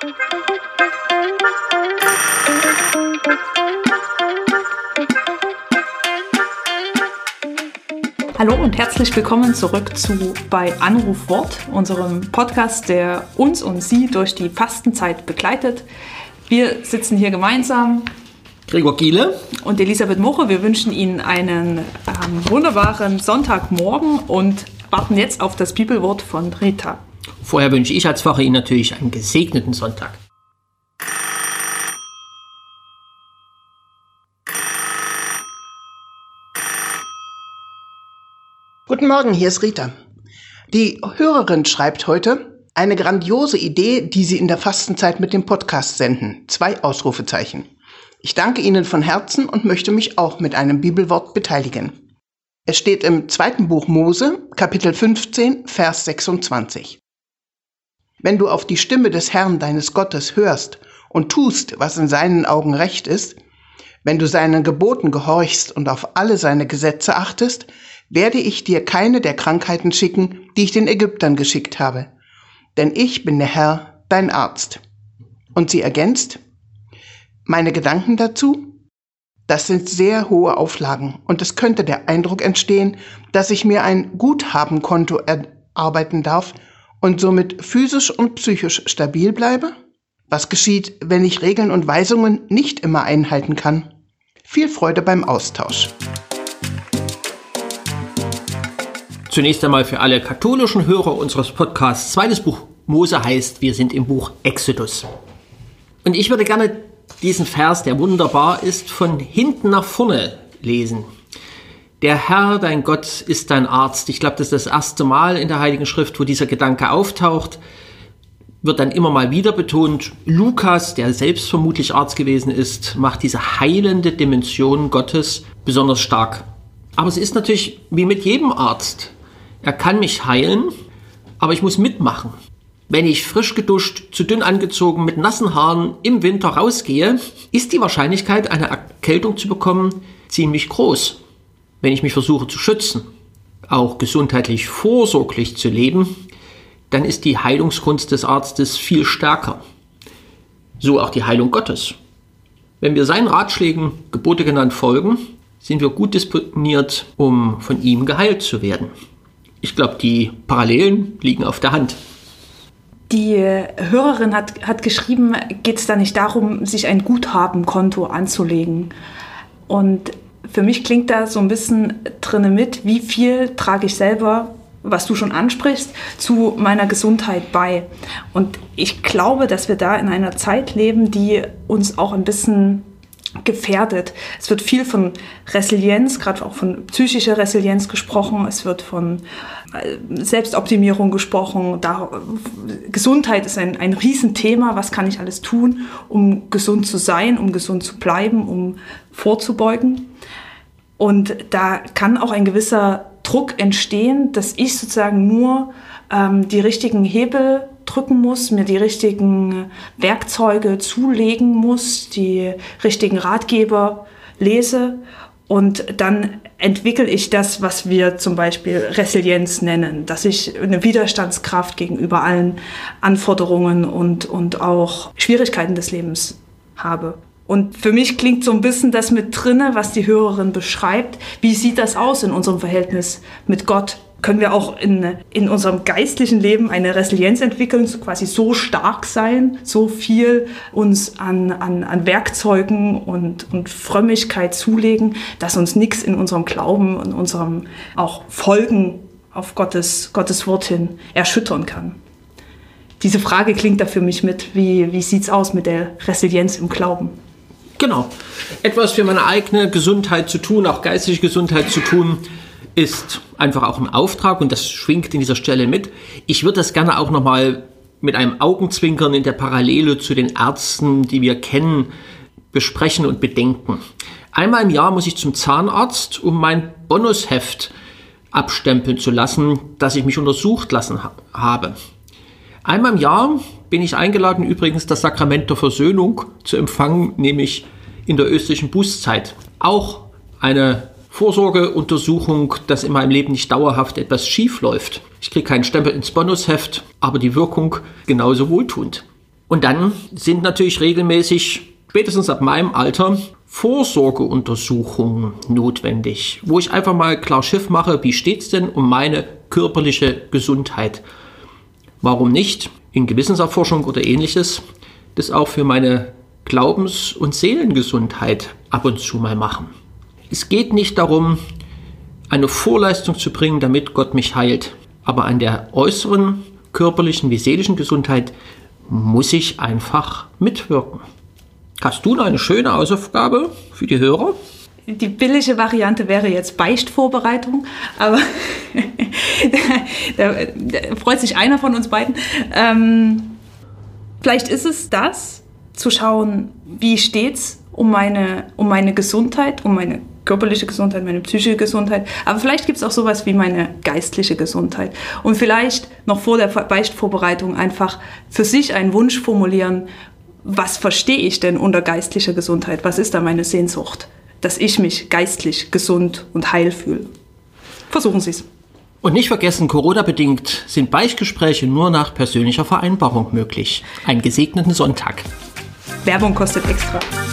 Hallo und herzlich willkommen zurück bei Anrufwort, unserem Podcast, der uns und Sie durch die Fastenzeit begleitet. Wir sitzen hier gemeinsam, Gregor Giele und Elisabeth Moche. Wir wünschen Ihnen einen wunderbaren Sonntagmorgen und warten jetzt auf das Bibelwort von Rita. Vorher wünsche ich als Pfarrer Ihnen natürlich einen gesegneten Sonntag. Guten Morgen, hier ist Rita. Die Hörerin schreibt heute, eine grandiose Idee, die Sie in der Fastenzeit mit dem Podcast senden. 2 Ausrufezeichen. Ich danke Ihnen von Herzen und möchte mich auch mit einem Bibelwort beteiligen. Es steht im 2. Buch Mose, Kapitel 15, Vers 26. Wenn du auf die Stimme des Herrn deines Gottes hörst und tust, was in seinen Augen recht ist, wenn du seinen Geboten gehorchst und auf alle seine Gesetze achtest, werde ich dir keine der Krankheiten schicken, die ich den Ägyptern geschickt habe. Denn ich bin der Herr, dein Arzt. Und sie ergänzt, meine Gedanken dazu? Das sind sehr hohe Auflagen und es könnte der Eindruck entstehen, dass ich mir ein Guthabenkonto erarbeiten darf und somit physisch und psychisch stabil bleibe? Was geschieht, wenn ich Regeln und Weisungen nicht immer einhalten kann? Viel Freude beim Austausch. Zunächst einmal für alle katholischen Hörer unseres Podcasts. 2. Buch Mose heißt, wir sind im Buch Exodus. Und ich würde gerne diesen Vers, der wunderbar ist, von hinten nach vorne lesen. Der Herr, dein Gott, ist dein Arzt. Ich glaube, das ist das erste Mal in der Heiligen Schrift, wo dieser Gedanke auftaucht. Wird dann immer mal wieder betont. Lukas, der selbst vermutlich Arzt gewesen ist, macht diese heilende Dimension Gottes besonders stark. Aber es ist natürlich wie mit jedem Arzt. Er kann mich heilen, aber ich muss mitmachen. Wenn ich frisch geduscht, zu dünn angezogen, mit nassen Haaren im Winter rausgehe, ist die Wahrscheinlichkeit, eine Erkältung zu bekommen, ziemlich groß. Wenn ich mich versuche zu schützen, auch gesundheitlich vorsorglich zu leben, dann ist die Heilungskunst des Arztes viel stärker. So auch die Heilung Gottes. Wenn wir seinen Ratschlägen, Gebote genannt, folgen, sind wir gut disponiert, um von ihm geheilt zu werden. Ich glaube, die Parallelen liegen auf der Hand. Die Hörerin hat geschrieben, geht es da nicht darum, sich ein Guthabenkonto anzulegen. Und für mich klingt da so ein bisschen drinne mit, wie viel trage ich selber, was du schon ansprichst, zu meiner Gesundheit bei. Und ich glaube, dass wir da in einer Zeit leben, die uns auch ein bisschen gefährdet. Es wird viel von Resilienz, gerade auch von psychischer Resilienz gesprochen. Es wird von Selbstoptimierung gesprochen. Gesundheit ist ein Riesenthema. Was kann ich alles tun, um gesund zu sein, um gesund zu bleiben, um vorzubeugen? Und da kann auch ein gewisser Druck entstehen, dass ich sozusagen nur die richtigen Hebel drücken muss, mir die richtigen Werkzeuge zulegen muss, die richtigen Ratgeber lese und dann entwickle ich das, was wir zum Beispiel Resilienz nennen, dass ich eine Widerstandskraft gegenüber allen Anforderungen und auch Schwierigkeiten des Lebens habe. Und für mich klingt so ein bisschen das mit drinne, was die Hörerin beschreibt. Wie sieht das aus in unserem Verhältnis mit Gott? Können wir auch in unserem geistlichen Leben eine Resilienz entwickeln, quasi so stark sein, so viel uns an Werkzeugen und Frömmigkeit zulegen, dass uns nichts in unserem Glauben und unserem auch Folgen auf Gottes Wort hin erschüttern kann. Diese Frage klingt da für mich mit, wie sieht's aus mit der Resilienz im Glauben? Genau. Etwas für meine eigene Gesundheit zu tun, auch geistige Gesundheit zu tun, ist einfach auch im Auftrag und das schwingt in dieser Stelle mit. Ich würde das gerne auch nochmal mit einem Augenzwinkern in der Parallele zu den Ärzten, die wir kennen, besprechen und bedenken. Einmal im Jahr muss ich zum Zahnarzt, um mein Bonusheft abstempeln zu lassen, dass ich mich untersucht lassen habe. Einmal im Jahr bin ich eingeladen, übrigens das Sakrament der Versöhnung zu empfangen, nämlich in der österlichen Bußzeit. Auch eine Vorsorgeuntersuchung, dass in meinem Leben nicht dauerhaft etwas schief läuft. Ich kriege keinen Stempel ins Bonusheft, aber die Wirkung genauso wohltuend. Und dann sind natürlich regelmäßig, spätestens ab meinem Alter, Vorsorgeuntersuchungen notwendig, wo ich einfach mal klar Schiff mache, wie steht es denn um meine körperliche Gesundheit? Warum nicht in Gewissenserforschung oder ähnliches das auch für meine Glaubens- und Seelengesundheit ab und zu mal machen? Es geht nicht darum, eine Vorleistung zu bringen, damit Gott mich heilt. Aber an der äußeren körperlichen wie seelischen Gesundheit muss ich einfach mitwirken. Hast du noch eine schöne Hausaufgabe für die Hörer? Die billige Variante wäre jetzt Beichtvorbereitung, aber da freut sich einer von uns beiden. Vielleicht ist es das, zu schauen, wie steht's um meine Gesundheit, um meine körperliche Gesundheit, meine psychische Gesundheit. Aber vielleicht gibt es auch sowas wie meine geistliche Gesundheit. Und vielleicht noch vor der Beichtvorbereitung einfach für sich einen Wunsch formulieren, was verstehe ich denn unter geistlicher Gesundheit? Was ist da meine Sehnsucht? Dass ich mich geistlich gesund und heil fühle. Versuchen Sie es. Und nicht vergessen, Corona-bedingt sind Beichtgespräche nur nach persönlicher Vereinbarung möglich. Einen gesegneten Sonntag. Werbung kostet extra.